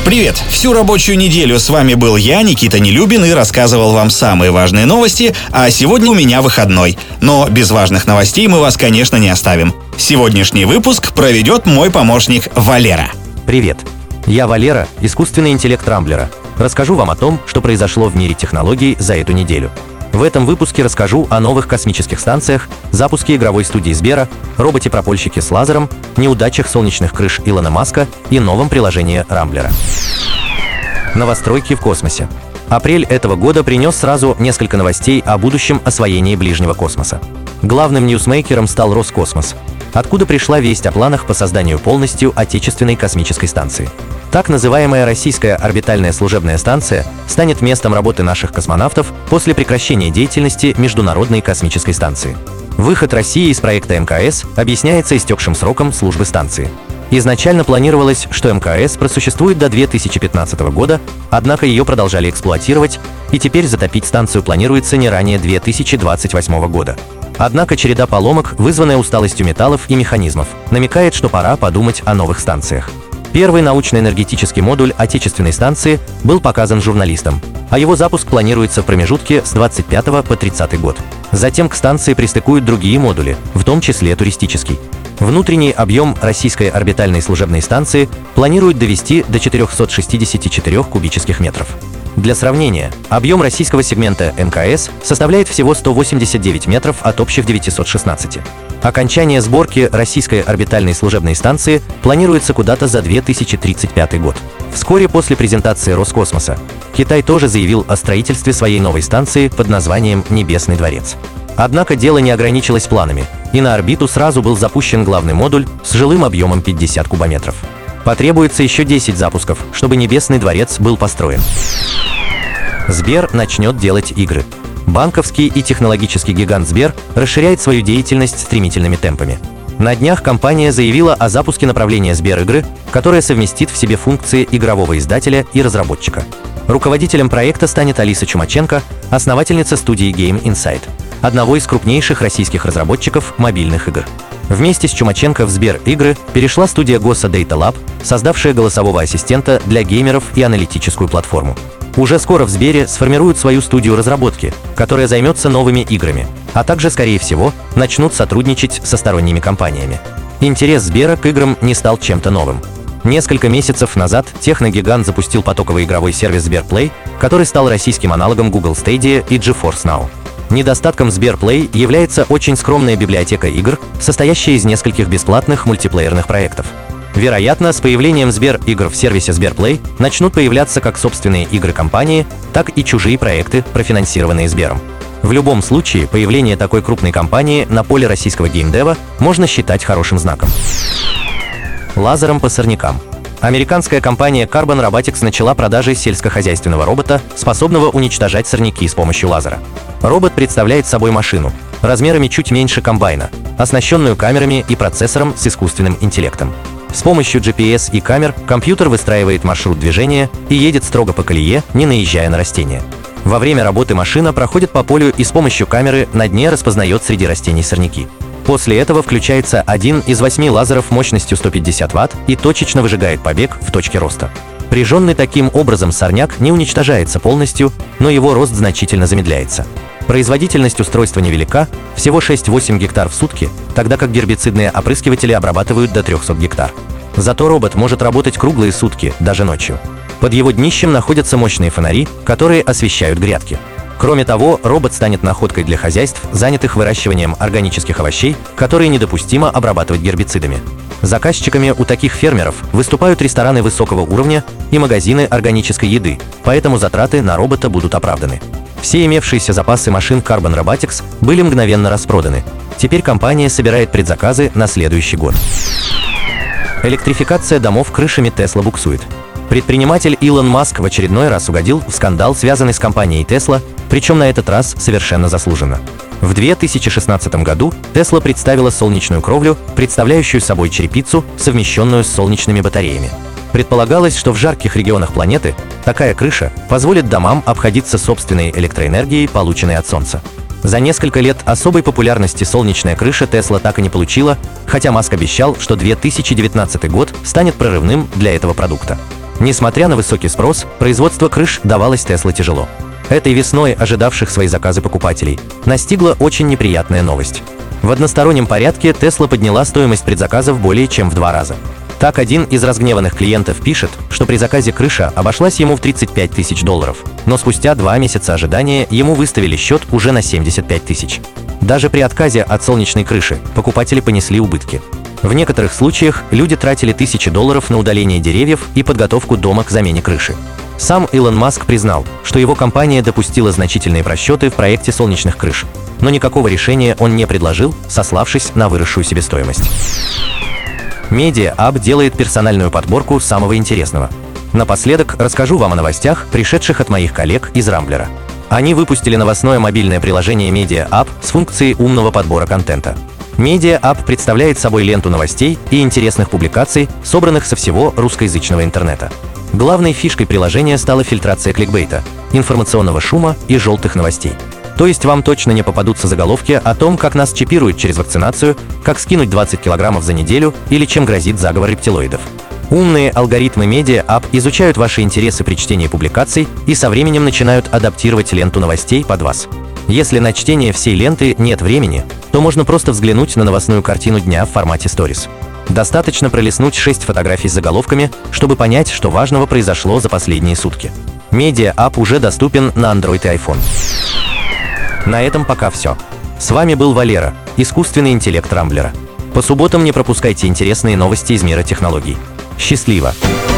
Привет! Всю рабочую неделю с вами был я, Никита Нелюбин, и рассказывал вам самые важные новости, а сегодня у меня выходной. Но без важных новостей мы вас, конечно, не оставим. Сегодняшний выпуск проведет мой помощник Валера. Привет! Я Валера, искусственный интеллект Рамблера. Расскажу вам о том, что произошло в мире технологий за эту неделю. В этом выпуске расскажу о новых космических станциях, запуске игровой студии Сбера, роботе-пропольщике с лазером, неудачах солнечных крыш Илона Маска и новом приложении Рамблера. Новостройки в космосе. Апрель этого года принес сразу несколько новостей о будущем освоении ближнего космоса. Главным ньюсмейкером стал Роскосмос, откуда пришла весть о планах по созданию полностью отечественной космической станции. Так называемая российская орбитальная служебная станция станет местом работы наших космонавтов после прекращения деятельности Международной космической станции. Выход России из проекта МКС объясняется истекшим сроком службы станции. Изначально планировалось, что МКС просуществует до 2015 года, однако ее продолжали эксплуатировать, и теперь затопить станцию планируется не ранее 2028 года. Однако череда поломок, вызванная усталостью металлов и механизмов, намекает, что пора подумать о новых станциях. Первый научно-энергетический модуль отечественной станции был показан журналистам, а его запуск планируется в промежутке с 25 по 30 год. Затем к станции пристыкуют другие модули, в том числе туристический. Внутренний объем российской орбитальной служебной станции планируют довести до 464 кубических метров. Для сравнения, объем российского сегмента МКС составляет всего 189 метров от общих 916. Окончание сборки российской орбитальной служебной станции планируется куда-то за 2035 год. Вскоре после презентации Роскосмоса Китай тоже заявил о строительстве своей новой станции под названием «Небесный дворец». Однако дело не ограничилось планами, и на орбиту сразу был запущен главный модуль с жилым объемом 50 кубометров. Потребуется еще 10 запусков, чтобы Небесный дворец был построен. Сбер начнет делать игры. Банковский и технологический гигант Сбер расширяет свою деятельность стремительными темпами. На днях компания заявила о запуске направления Сбер-игры, которое совместит в себе функции игрового издателя и разработчика. Руководителем проекта станет Алиса Чумаченко, основательница студии Game Insight, одного из крупнейших российских разработчиков мобильных игр. Вместе с Чумаченко в Сбер-игры перешла студия Gossa Data Lab, создавшая голосового ассистента для геймеров и аналитическую платформу. Уже скоро в Сбере сформируют свою студию разработки, которая займется новыми играми, а также, скорее всего, начнут сотрудничать со сторонними компаниями. Интерес Сбера к играм не стал чем-то новым. Несколько месяцев назад техногигант запустил потоковый игровой сервис Сберплей, который стал российским аналогом Google Stadia и GeForce Now. Недостатком Сберплей является очень скромная библиотека игр, состоящая из нескольких бесплатных мультиплеерных проектов. Вероятно, с появлением Сбер-игр в сервисе Сберплей начнут появляться как собственные игры компании, так и чужие проекты, профинансированные Сбером. В любом случае, появление такой крупной компании на поле российского геймдева можно считать хорошим знаком. Лазером по сорнякам. Американская компания Carbon Robotics начала продажи сельскохозяйственного робота, способного уничтожать сорняки с помощью лазера. Робот представляет собой машину, размерами чуть меньше комбайна, оснащенную камерами и процессором с искусственным интеллектом. С помощью GPS и камер компьютер выстраивает маршрут движения и едет строго по колее, не наезжая на растения. Во время работы машина проходит по полю и с помощью камеры на дне распознает среди растений сорняки. После этого включается один из 8 лазеров мощностью 150 Вт и точечно выжигает побег в точке роста. Прижженный таким образом сорняк не уничтожается полностью, но его рост значительно замедляется. Производительность устройства невелика, всего 6-8 гектар в сутки, тогда как гербицидные опрыскиватели обрабатывают до 300 гектар. Зато робот может работать круглые сутки, даже ночью. Под его днищем находятся мощные фонари, которые освещают грядки. Кроме того, робот станет находкой для хозяйств, занятых выращиванием органических овощей, которые недопустимо обрабатывать гербицидами. Заказчиками у таких фермеров выступают рестораны высокого уровня и магазины органической еды, поэтому затраты на робота будут оправданы. Все имевшиеся запасы машин Carbon Robotics были мгновенно распроданы. Теперь компания собирает предзаказы на следующий год. Электрификация домов крышами Tesla буксует. Предприниматель Илон Маск в очередной раз угодил в скандал, связанный с компанией Tesla, причем на этот раз совершенно заслуженно. В 2016 году Tesla представила солнечную кровлю, представляющую собой черепицу, совмещенную с солнечными батареями. Предполагалось, что в жарких регионах планеты такая крыша позволит домам обходиться собственной электроэнергией, полученной от Солнца. За несколько лет особой популярности солнечная крыша Tesla так и не получила, хотя Маск обещал, что 2019 год станет прорывным для этого продукта. Несмотря на высокий спрос, производство крыш давалось Tesla тяжело. Этой весной ожидавших свои заказы покупателей настигла очень неприятная новость. В одностороннем порядке Tesla подняла стоимость предзаказов более чем в 2 раза. Так, один из разгневанных клиентов пишет, что при заказе крыша обошлась ему в $35 тысяч, но спустя 2 месяца ожидания ему выставили счет уже на 75 тысяч. Даже при отказе от солнечной крыши покупатели понесли убытки. В некоторых случаях люди тратили $1000 на удаление деревьев и подготовку дома к замене крыши. Сам Илон Маск признал, что его компания допустила значительные просчеты в проекте солнечных крыш, но никакого решения он не предложил, сославшись на выросшую себестоимость. Media.App делает персональную подборку самого интересного. Напоследок расскажу вам о новостях, пришедших от моих коллег из Рамблера. Они выпустили новостное мобильное приложение Media.App с функцией умного подбора контента. Media.App представляет собой ленту новостей и интересных публикаций, собранных со всего русскоязычного интернета. Главной фишкой приложения стала фильтрация кликбейта, информационного шума и желтых новостей. То есть вам точно не попадутся заголовки о том, как нас чипируют через вакцинацию, как скинуть 20 килограммов за неделю или чем грозит заговор рептилоидов. Умные алгоритмы Media.App изучают ваши интересы при чтении публикаций и со временем начинают адаптировать ленту новостей под вас. Если на чтение всей ленты нет времени, то можно просто взглянуть на новостную картину дня в формате Stories. Достаточно пролистнуть 6 фотографий с заголовками, чтобы понять, что важного произошло за последние сутки. Media.App уже доступен на Android и iPhone. На этом пока все. С вами был Валера, искусственный интеллект Рамблера. По субботам не пропускайте интересные новости из мира технологий. Счастливо!